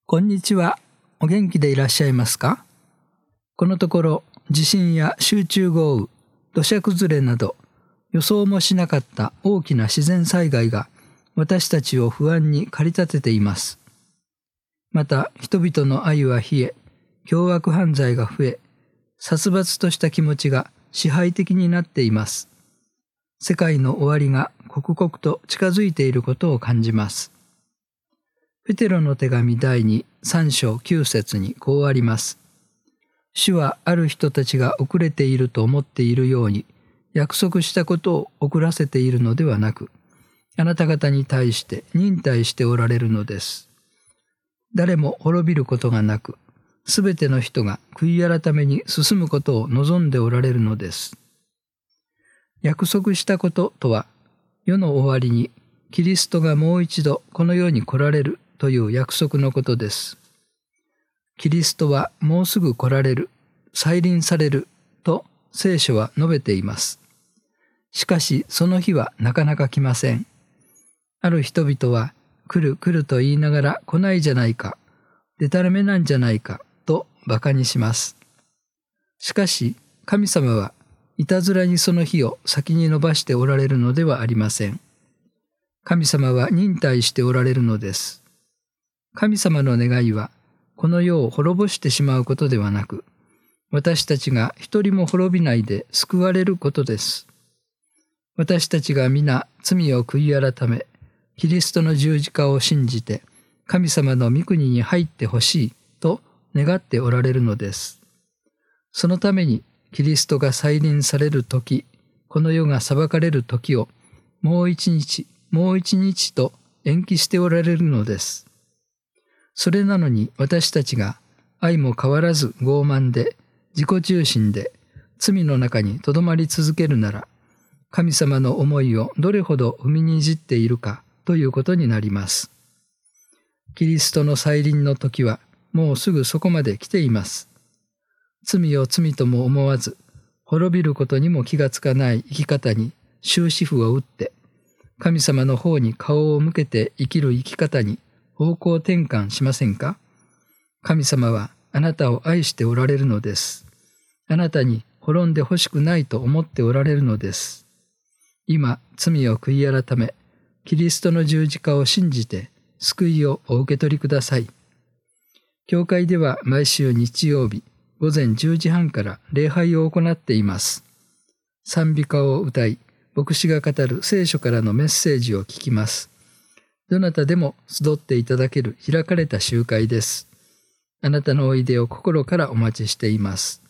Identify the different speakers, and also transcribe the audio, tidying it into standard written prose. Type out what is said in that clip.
Speaker 1: こんにちは。お元気でいらっしゃいますか？このところ地震や集中豪雨、土砂崩れなど予想もしなかった大きな自然災害が私たちを不安に駆り立てています。また人々の愛は冷え、凶悪犯罪が増え、殺伐とした気持ちが支配的になっています。世界の終わりが刻々と近づいていることを感じます。ペテロの手紙第2、3章9節にこうあります。主はある人たちが遅れていると思っているように、約束したことを遅らせているのではなく、あなた方に対して忍耐しておられるのです。誰も滅びることがなく、すべての人が悔い改めに進むことを望んでおられるのです。約束したこととは、世の終わりにキリストがもう一度この世に来られるという約束のことです。キリストはもうすぐ来られる、再臨されると聖書は述べています。しかしその日はなかなか来ません。ある人々は来る来ると言いながら来ないじゃないか、でたらめなんじゃないかと馬鹿にします。しかし神様はいたずらにその日を先に延ばしておられるのではありません。神様は忍耐しておられるのです。神様の願いはこの世を滅ぼしてしまうことではなく、私たちが一人も滅びないで救われることです。私たちが皆罪を悔い改め、キリストの十字架を信じて神様の御国に入ってほしいと願っておられるのです。そのためにキリストが再臨されるとき、この世が裁かれるときをもう一日と延期しておられるのです。それなのに私たちが愛も変わらず傲慢で自己中心で罪の中にとどまり続けるなら、神様の思いをどれほど踏みにじっているかということになります。キリストの再臨の時はもうすぐそこまで来ています。罪を罪とも思わず、滅びることにも気がつかない生き方に終止符を打って、神様の方に顔を向けて生きる生き方に方向転換しませんか？神様はあなたを愛しておられるのです。あなたに滅んでほしくないと思っておられるのです。今、罪を悔い改め、キリストの十字架を信じて救いをお受け取りください。教会では毎週日曜日午前10時半から礼拝を行っています。賛美歌を歌い、牧師が語る聖書からのメッセージを聞きます。どなたでも集っていただける開かれた集会です。あなたのおいでを心からお待ちしています。